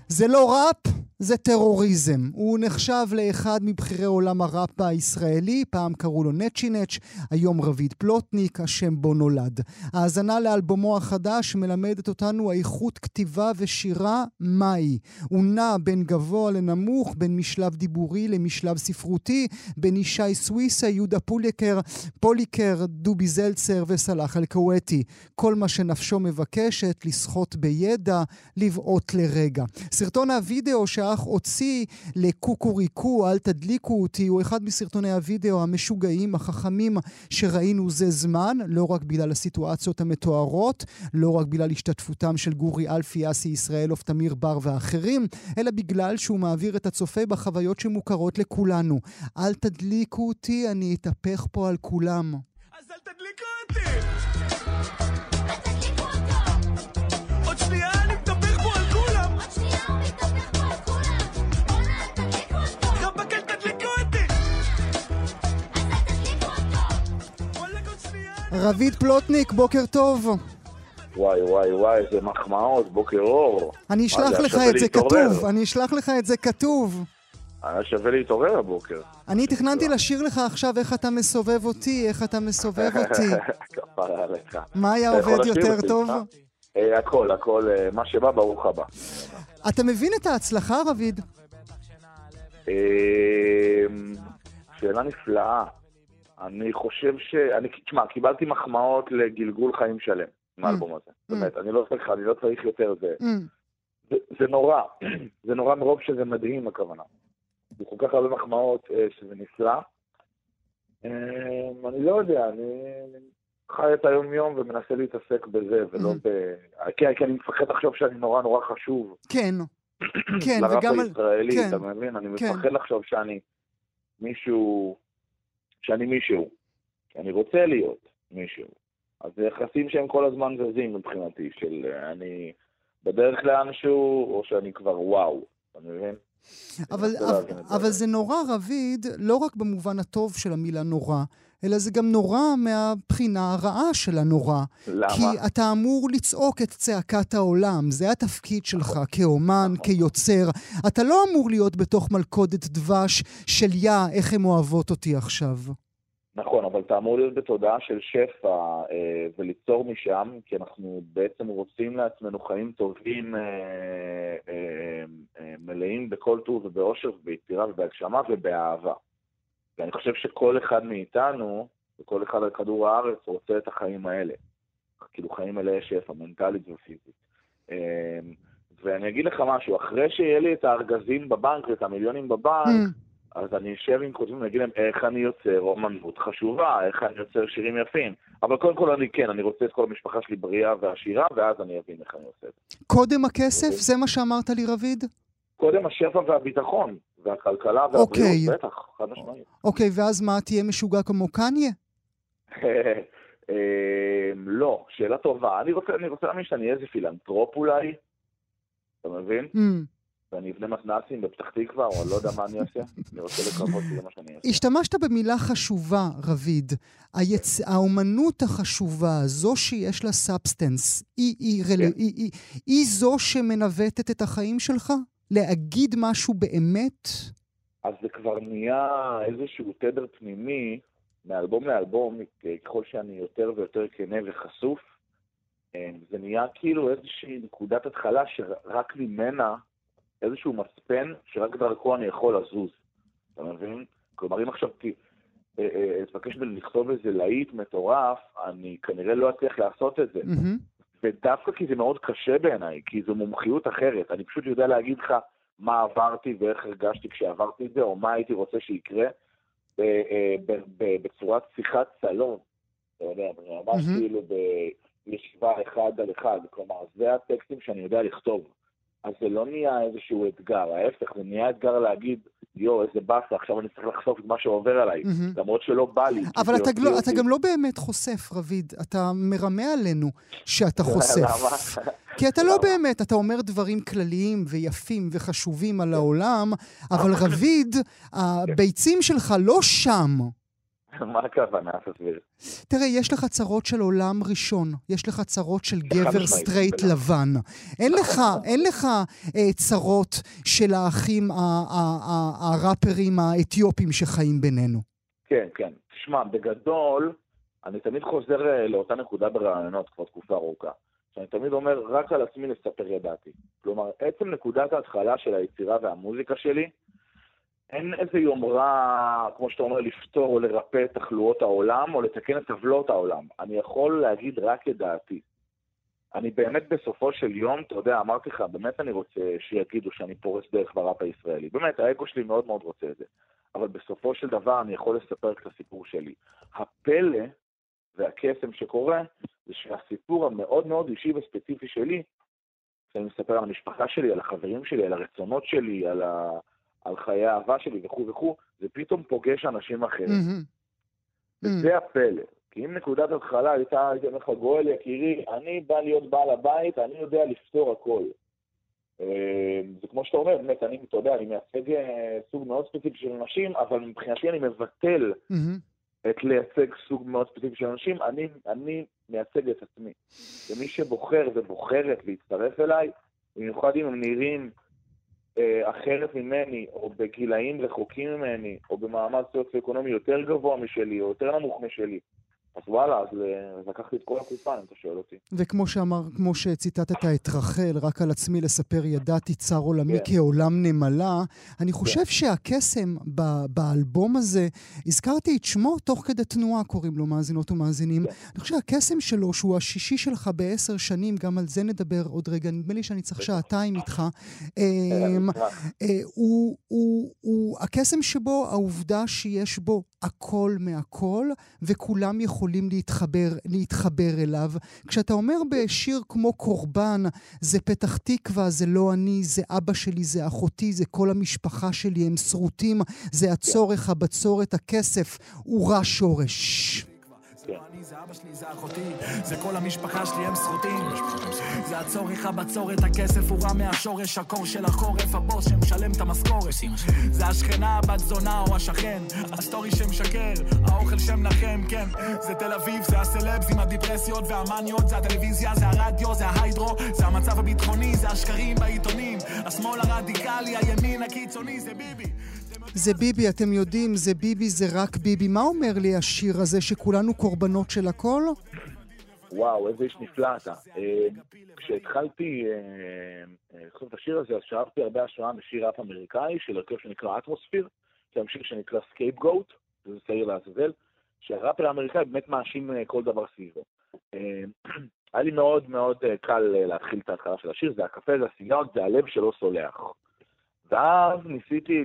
זה לא ראפ, זה טרוריזם. הוא נחשב לאחד מבחירי עולם הראפ הישראלי, פעם קראו לו נצ'י-נץ', היום רביד פלוטניק, השם בו נולד. האזנה לאלבומו החדש מלמדת אותנו איכות כתיבה ושירה מהי. הוא נע בין גבוה לנמוך, בין משלב דיבורי למשלב ספרותי, בין ישי סוויסה, יהודה פוליקר, דובי זלצר וסלאח אל-קוויתי. כל מה שנפשו מבקשת, לשחות בידע, לבעוט לרגע. סרטון הווידאו שאח הוציא לקוקוריקו, אל תדליקו אותי, הוא אחד מסרטוני הווידאו המשוגעים, החכמים שראינו זה זמן, לא רק בגלל הסיטואציות המתוארות, לא רק בגלל השתתפותם של גורי אלפי, אסי ישראלוב, תמיר בר ואחרים, אלא בגלל שהוא מעביר את הצופה בחוויות שמוכרות לכולנו. אל תדליקו אותי, אני אתהפך פה על כולם. אז אל תדליקו אותי! עוד שנייה אני מתהפך פה על כולם! רבק אל תדליקו אותי! רביד פלוטניק, בוקר טוב. וואי, איזה מחמאות, בוקר אור. אני אשלח לך את זה כתוב. היה שווה להתעורר הבוקר. אני תכננתי לשיר לך עכשיו איך אתה מסובב אותי. כפרה עליך. מה היה עובד יותר טוב? הכל, מה שבא ברוך הבא. אתה מבין את ההצלחה, רביד? שאלה נפלאה. אני חושב תשמע, קיבלתי מחמאות לגלגול חיים שלם מהאלבום הזה. באמת, אני לא צריך יותר זה. זה נורא. זה נורא מרוב שזה מדהים הכוונה. זה כל כך הרבה מחמאות שזה נפלא. אני לא יודע, אני חי את היום יום ומנסה להתעסק בזה, ולא כי אני מפחד לחשוב שאני נורא חשוב. כן. לרף הישראלי, אתה מבין? אני מפחד לחשוב שאני מישהו, כי אני רוצה להיות מישהו. אז זה יחסים שהם כל הזמן זזים מבחינתי, של אני בדרך לאנשהו, או שאני כבר וואו, אתה מבין? אבל זה נורא, רביד, לא רק במובן הטוב של המילה נורא, אלא זה גם נורא מהבחינה הרעה של הנורא. למה? כי אתה אמור לצעוק את צעקת העולם, זה התפקיד שלך כאומן, כיוצר. אתה לא אמור להיות בתוך מלכודת דבש של איך הם אוהבות אותי עכשיו. נכון, אבל אתה אמור להיות בתודעה של שפע וליצור משם, כי אנחנו בעצם רוצים לעצמנו חיים טובים, מלאים בכל טוב ובאושר וביצירה ובהגשמה ובאהבה. ואני חושב שכל אחד מאיתנו, וכל אחד על כדור הארץ, רוצה את החיים האלה. כאילו חיים מלאי שפע, מנטלית ופיזית. ואני אגיד לך משהו, אחרי שיהיה לי את הארגזים בבנק ואת המיליונים בבנק, אז אני אשב עם כותבים ואגיד להם איך אני יוצר אומנות חשובה, איך אני יוצר שירים יפים. אבל קודם כל אני רוצה את כל המשפחה שלי בריאה ועשירה, ואז אני אבין איך אני עושה את זה. קודם הכסף? זה מה שאמרת לי, רביד? קודם השפע והביטחון, והכלכלה והבריאות, בטח, חד משמעית. אוקיי, ואז מה, תהיה משוגע כמו קניה? לא, שאלה טובה. אני רוצה להאמין שאני אהיה איזה פילנטרופ אולי, אתה מבין? ואני אבנה מתנ"סים בפתח תקווה, או אני לא יודע מה אני אעשה. אני רוצה לקוות שזה מה שאני אעשה. השתמשת במילה חשובה, רביד. האומנות החשובה, זו שיש לה סאבסטנס, היא זו שמנווטת את החיים שלך? להגיד משהו באמת? אז זה כבר נהיה איזשהו תדר פנימי, מאלבום לאלבום, ככל שאני יותר ויותר כנה וחשוף, זה נהיה כאילו איזושהי נקודת התחלה שרק ממנה, איזשהו מספן שרק דרכו אני יכול לזוז. אתה מבין? כלומר, אם עכשיו אתבקש לכתוב איזה להיט מטורף, אני כנראה לא אצליח לעשות את זה. ודווקא כי זה מאוד קשה בעיניי, כי זו מומחיות אחרת. אני פשוט יודע להגיד לך מה עברתי ואיך הרגשתי כשעברתי את זה, או מה הייתי רוצה שיקרה בצורת שיחת סלון. אתה יודע, ממש כאילו בישיבה אחד על אחד. כלומר, זה הטקסטים שאני יודע לכתוב. אז זה לא נהיה איזשהו אתגר, ההפך, זה נהיה אתגר להגיד, איזה באסה, עכשיו אני צריך לחשוף את מה שעובר עליי, למרות שלא בא לי. אבל אתה גם לא באמת חושף, רביד, אתה מרמה עלינו שאתה חושף. כי אתה לא באמת, אתה אומר דברים כלליים ויפים וחשובים על העולם, אבל רביד, הביצים שלך לא שם. מה הכוונה, תסביר? תראה, יש לך צרות של עולם ראשון, יש לך צרות של גבר סטרייט לבן. אין לך צרות של האחים הראפרים האתיופים שחיים בינינו. כן, כן. תשמע, בגדול, אני תמיד חוזר לאותה נקודה ברעיונות כבר תקופה ארוכה. שאני תמיד אומר, רק על עצמי לספר ידעתי. כלומר, עצם נקודת ההתחלה של היצירה והמוזיקה שלי, אין איזה יומרה, כמו שאתה אומר, לפתור או לרפא את תחלואות העולם, או לתקן את טבלות העולם. אני יכול להגיד רק את דעתי. אני באמת בסופו של יום, אתה יודע, אמרתי לך, באמת אני רוצה שיגידו שאני פורס דרך בראפ הישראלי. באמת, האגו שלי מאוד מאוד רוצה את זה. אבל בסופו של דבר אני יכול לספר את הסיפור שלי. הפלא והקסם שקורה, זה שהסיפור המאוד מאוד אישי וספציפי שלי, שאני מספר על המשפחה שלי, על החברים שלי, על הרצונות שלי, על חיי האהבה שלי וכו' וכו', זה פתאום פוגש אנשים אחרים. וזה הפלא. כי אם נקודת התחלה הייתה, הייתי אומר לך, גואל יקירי, אני בא להיות בעל הבית, אני יודע לפתור הכל. זה כמו שאתה אומר, באמת, אתה יודע, אני מייצג סוג מאוד ספציפי של אנשים, אבל מבחינתי אני מבטל את לייצג סוג מאוד ספציפי של אנשים, אני מייצג את עצמי. ומי שבוחר ובוחרת להצטרף אליי, במיוחד אם הם נראים אחרת ממני, או בגילאים רחוקים ממני, או במעמד סוציו-אקונומי יותר גבוה משלי, או יותר נמוך משלי, אז וואלה, אז לקחתי את כל הקופה, אם אתה שואל אותי. וכמו שאמר, כמו שציטטת את רחל, רק על עצמי לספר ידעתי צר עולמי כעולם נמלה, אני חושב שהקסם באלבום הזה, הזכרתי את שמו תוך כדי תנועה, קוראים לו מאזינות ומאזינים, אני חושב שהקסם שלו, שהוא השישי שלך ב10 שנים, גם על זה נדבר עוד רגע, נדמה לי שאני צריך שעתיים איתך, הקסם שבו, העובדה שיש בו הכל מהכל, וכולם יכולים להתחבר אליו. כשאתה אומר בשיר כמו קורבן, זה פתח תקווה, זה לא אני, זה אבא שלי, זה אחותי, זה כל המשפחה שלי, הם שרוטים, זה הצורך, הבצורת, הכסף, הוא רע שורש. זה אבא שלי, זה אחותי, זה כל המשפחה שלי, הם שרוטים. זה הצורך, הבצורת, הכסף הוא רע מהשורש, הקור של החורף, הבוס שמשלם את המשכורת. זה השכנה, הבת זונה או השכן, הסטורי שמשקר, האוכל שמנחם, כן. זה תל אביב, זה הסלבס עם הדיפרסיות והמניות, זה הטלוויזיה, זה הרדיו, זה ההיידרו, זה המצב הביטחוני, זה השקרים בעיתונים, השמאל הרדיקלי, הימין הקיצוני, זה ביבי. זה ביבי, אתם יודעים, זה ביבי, זה רק ביבי. מה אומר לי השיר הזה, שכולנו קורבנות של הכל? וואו, איזה איש נפלא אתה. כשהתחלתי לכתוב את השיר הזה, אז שאבתי הרבה השראה משיר ראפ אמריקאי, של הרכב שנקרא אטמוספיר, זה המשיר שנקרא סקייפגוט, זה שעיר לעזאזל, שהראפר האמריקאי באמת מאשים כל דבר סביבו. היה לי מאוד מאוד קל להתחיל את ההתחלה של השיר, זה הקפה, זה הסיגרות, זה הלב שלא סולח. ואז ניסיתי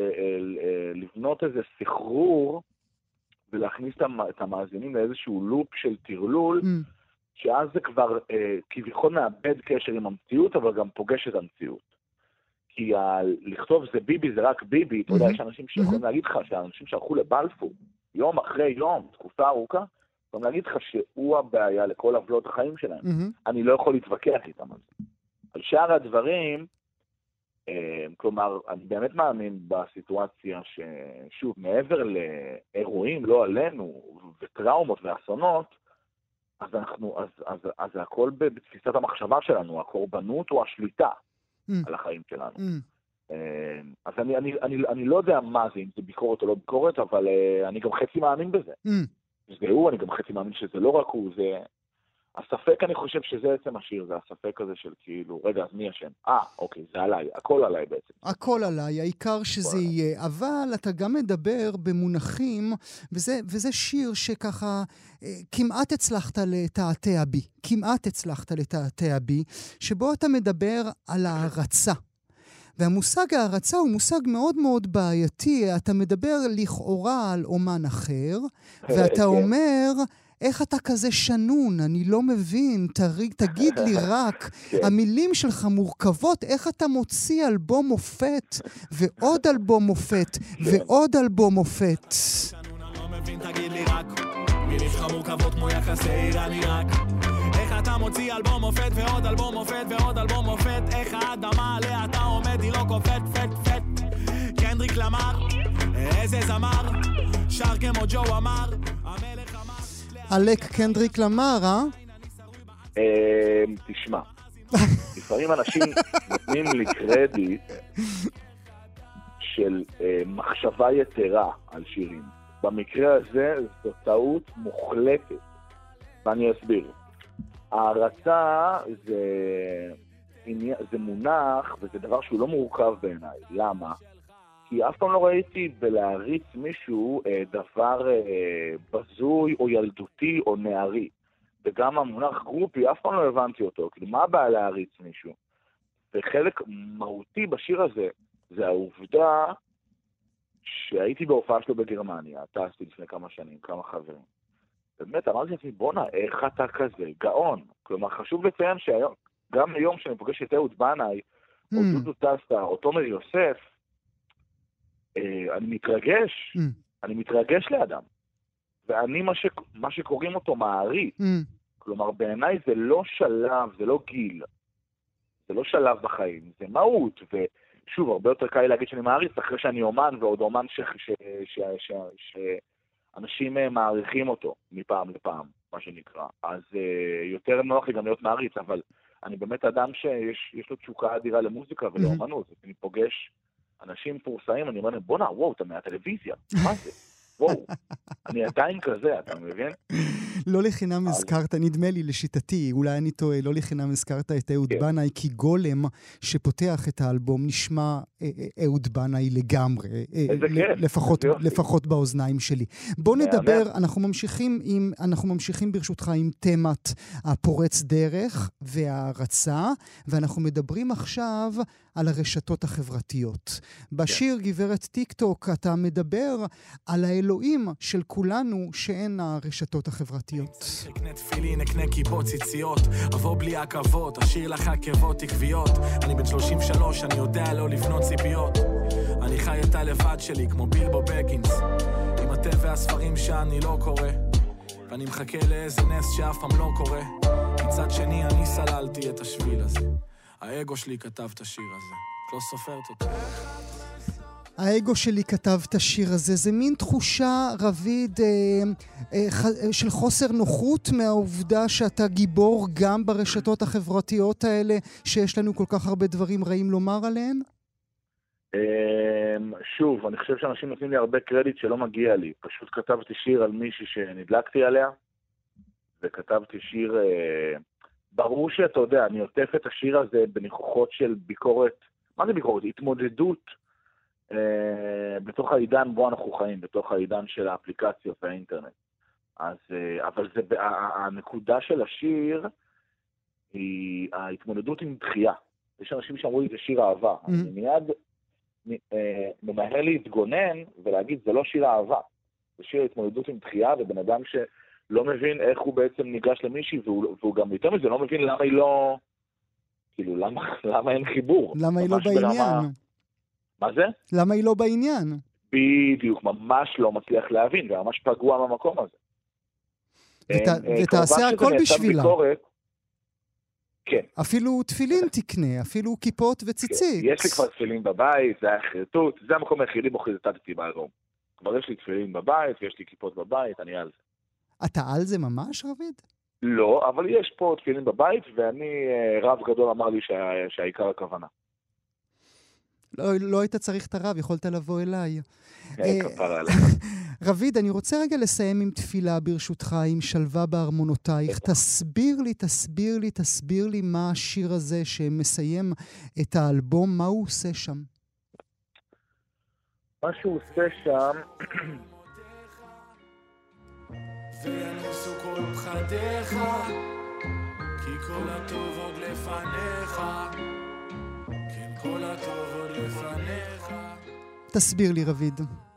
לבנות איזה סחרור ולהכניס את המאזינים לאיזשהו לופ של תרלול, שאז זה כבר כביכול מאבד קשר עם המציאות, אבל גם פוגש את המציאות. כי לכתוב זה ביבי, זה רק ביבי, אתה יודע, יש אנשים שיכולים להגיד לך, שהאנשים שהלכו לבלפור, יום אחרי יום, תקופה ארוכה, יכולים להגיד לך שהוא הבעיה לכל עוולות החיים שלהם. אני לא יכול להתווכח איתם על זה. על שאר הדברים, כלומר, אני באמת מאמין בסיטואציה ששוב, מעבר לאירועים, לא עלינו, וטראומות ואסונות, אז זה הכל בתפיסת המחשבה שלנו, הקורבנות או השליטה על החיים שלנו. אז אני לא יודע מה זה, אם זה ביקורת או לא ביקורת, אבל אני גם חצי מאמין בזה. זה הוא, אני גם חצי מאמין שזה לא רק הוא, זה... הספק, אני חושב שזה עצם השיר, זה הספק הזה של כאילו, רגע, אז מי השם? אוקיי, זה עליי, הכל עליי בעצם. הכל עליי, העיקר שזה יהיה. אבל אתה גם מדבר במונחים, וזה שיר שככה כמעט הצלחת לתעתע בי, כמעט הצלחת לתעתע בי, שבו אתה מדבר על הערצה. והמושג הערצה הוא מושג מאוד מאוד בעייתי. אתה מדבר לכאורה על אומן אחר, ואתה אומר... איך אתה כזה שנון? אני לא מבין. תגיד לי רק, המילים שלך מורכבות, איך אתה מוציא אלבום מופת, ועוד אלבום מופת, ועוד אלבום מופת. שנון, אני לא מבין, תגיד לי רק, מילים שלך מורכבות כמו יחסי איראני רק. איך אתה מוציא אלבום מופת, ועוד אלבום מופת, ועוד אלבום מופת, איך האדמה עליה אתה עומד, היא לא קופת, פת, פת. קנדריק למר, איזה זמר, שר כמו ג'ו אמר, המלך אמר... אלק קנדריק למר, תשמע, לפעמים אנשים נותנים לי קרדיט של מחשבה יתרה על שירים. במקרה הזה זו טעות מוחלטת, ואני אסביר. הערצה זה מונח, וזה דבר שהוא לא מורכב בעיניי. למה? כי אף פעם לא ראיתי בלהריץ מישהו דבר בזוי או ילדותי או נערי. וגם המונח גרופי, אף פעם לא הבנתי אותו. כאילו, מה הבעיה להריץ מישהו? וחלק מהותי בשיר הזה, זה העובדה שהייתי בהופעה שלו בגרמניה, טסתי לפני כמה שנים, כמה חברים. באמת, אמרתי לעצמי, בונה, איך אתה כזה? גאון. כלומר, חשוב לציין שהיום, גם היום שאני פוגש את אהוד בנאי, או דודו טסטה, או תומר יוסף, אני מתרגש לאדם. ואני מה שקוראים אותו מעריץ. כלומר, בעיניי זה לא שלב, זה לא גיל. זה לא שלב בחיים, זה מהות. ושוב, הרבה יותר קל להגיד שאני מעריץ, אחרי שאני אומן, ועוד אומן שאנשים מעריכים אותו מפעם לפעם, מה שנקרא. אז יותר נוח לי גם להיות מעריץ, אבל אני באמת אדם שיש לו תשוקה אדירה למוזיקה ולאומנות. אני פוגש אנשים פורסאים, אני אומר להם, בוא וואו, אתה מהטלוויזיה, מה זה? וואו, אני עדיין כזה, אתה מבין? לא לחינם הזכרת, נדמה לי לשיטתי, אולי אני טועה, לא לחינם הזכרת את אהוד בנאי, כי גולם שפותח את האלבום נשמע אהוד בנאי לגמרי, לפחות באוזניים שלי. בוא נדבר, אנחנו ממשיכים ברשותך עם תמת הפורץ דרך וההרצה, ואנחנו מדברים עכשיו על הרשתות החברתיות. בשיר גברת טיק טוק אתה מדבר על האלוהים של כולנו שאין הרשתות החברתיות. אקנה תפילין, אקנה כיפות ציציות, אבוא בלי עכבות, אשאיר לך עקבות עקביות. אני בן 33, אני יודע לא לבנות ציפיות. אני חי את הלבד שלי כמו בילבו בגינס, עם התה והספרים שאני לא קורא, ואני מחכה לאיזה נס שאף פעם לא קורה. מצד שני אני סללתי את השביל הזה, האגו שלי כתב את השיר הזה, לא סופרת אותו. האגו שלי כתב את השיר הזה, זה מין תחושה, רביד, של חוסר נוחות מהעובדה שאתה גיבור גם ברשתות החברתיות האלה, שיש לנו כל כך הרבה דברים רעים לומר עליהן? שוב, אני חושב שאנשים נותנים לי הרבה קרדיט שלא מגיע לי. פשוט כתבתי שיר על מישהי שנדלקתי עליה, וכתבתי שיר... ברור שאתה יודע, אני עוטף את השיר הזה בניחוחות של ביקורת. מה זה ביקורת? התמודדות בתוך העידן בו אנחנו חיים, בתוך העידן של האפליקציות והאינטרנט. אז, אבל זה, הנקודה של השיר היא ההתמודדות עם דחייה. יש אנשים שאמרו לי, זה שיר אהבה. אני מיד ממהר להתגונן ולהגיד, זה לא שיר אהבה. זה שיר התמודדות עם דחייה, ובן אדם שלא מבין איך הוא בעצם ניגש למישהי, והוא גם יותר מזה, לא מבין למה היא לא... כאילו, למה אין חיבור? למה היא לא בעניין? מה זה? למה היא לא בעניין? בדיוק, ממש לא מצליח להבין, וממש פגוע במקום הזה. ותעשה הכל בשבילה. כן. אפילו תפילין תקנה, אפילו כיפות וציצית. יש לי כבר תפילין בבית, זה החרטוט, זה המקום היחידי בו חיזתתי באלבום. כבר יש לי תפילין בבית, ויש לי כיפות בבית, אני על זה. אתה על זה ממש, רביד? לא, אבל יש פה תפילין בבית, ואני, רב גדול אמר לי שהעיקר הכוונה. לא היית צריך את הרב, יכולת לבוא אליי. כפרה עליך. רביד, אני רוצה רגע לסיים עם תפילה ברשותך, עם שלווה בארמונותייך. תסביר לי מה השיר הזה שמסיים את האלבום, מה הוא עושה שם? מה שהוא עושה שם... וינוסו כל פחדיך, כי כל הטוב עוד לפניך. כל הטוב עוד לפניך. תסביר לי, רביד.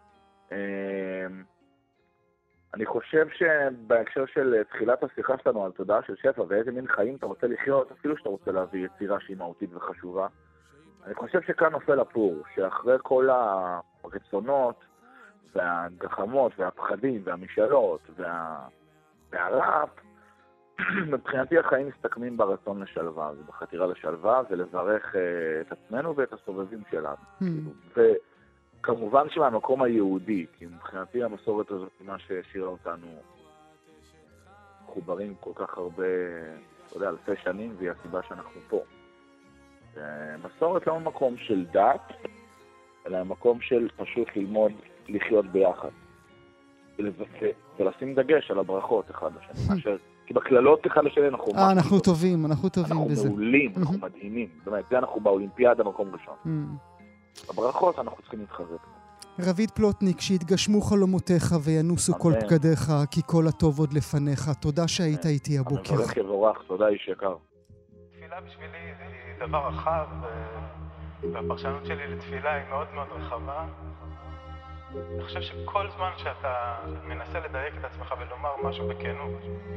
אני חושב שבהקשר של תחילת השיחה שלנו על תודעה של שפע ואיזה מין חיים אתה רוצה לחיות, אפילו שאתה רוצה להביא יצירה שהיא מהותית וחשובה, אני חושב שכאן נופל הפור, שאחרי כל הרצונות והגחמות והפחדים והמשאלות והרעב, מבחינתי החיים מסתכמים ברצון לשלווה, בחתירה לשלווה ולברך את עצמנו ואת הסובבים שלנו. כמובן שמהמקום היהודי, כי מבחינתי המסורת הזאת היא מה שהשאירה אותנו מחוברים כל כך הרבה, אתה יודע, אלפי שנים, והיא הסיבה שאנחנו פה. מסורת לא מקום של דת, אלא מקום של פשוט ללמוד לחיות ביחד. ולשים דגש על הברכות אחד לשני. כי בכללות אחד לשני אנחנו טובים בזה. אנחנו מעולים, אנחנו מדהימים. זאת אומרת, זה אנחנו באולימפיאדה מקום ראשון. בברכות אנחנו צריכים להתחזק. רביד פלוטניק, שיתגשמו חלומותיך וינוסו כל פקדיך, כי כל הטוב עוד לפניך. תודה שהיית איתי הבוקר. אני מברך יבורך, תודה איש יקר. תפילה בשבילי זה דבר רחב, והפרשנות שלי לתפילה היא מאוד מאוד רחבה. אני חושב שכל זמן שאתה מנסה לדייק את עצמך ולומר משהו בכנות,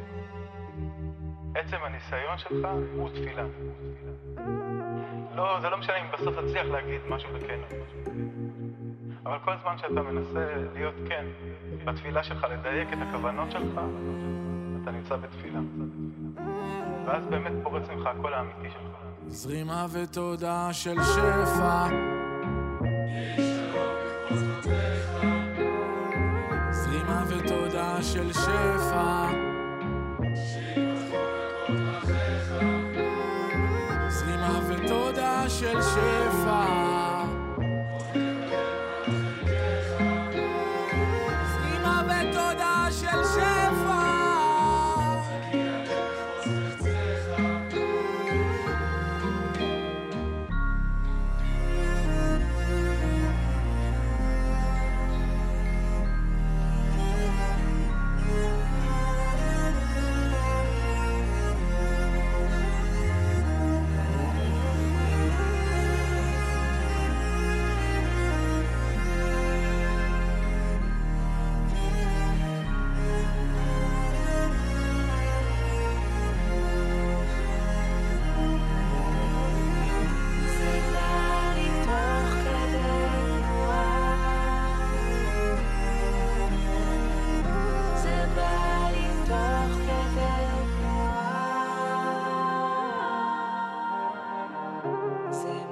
עצם הניסיון שלך הוא תפילה. לא, זה לא משנה אם בסוף תצליח להגיד משהו בכנות. אבל כל זמן שאתה מנסה להיות כן בתפילה שלך, לדייק את הכוונות שלך, אתה נמצא בתפילה. ואז באמת פורץ ממך הכל האמיתי שלך. זרימה ותודה של שפע, זרימה ותודה של שפע, זרימה ותודה של שפע, זרימה ותודה של שפע. זה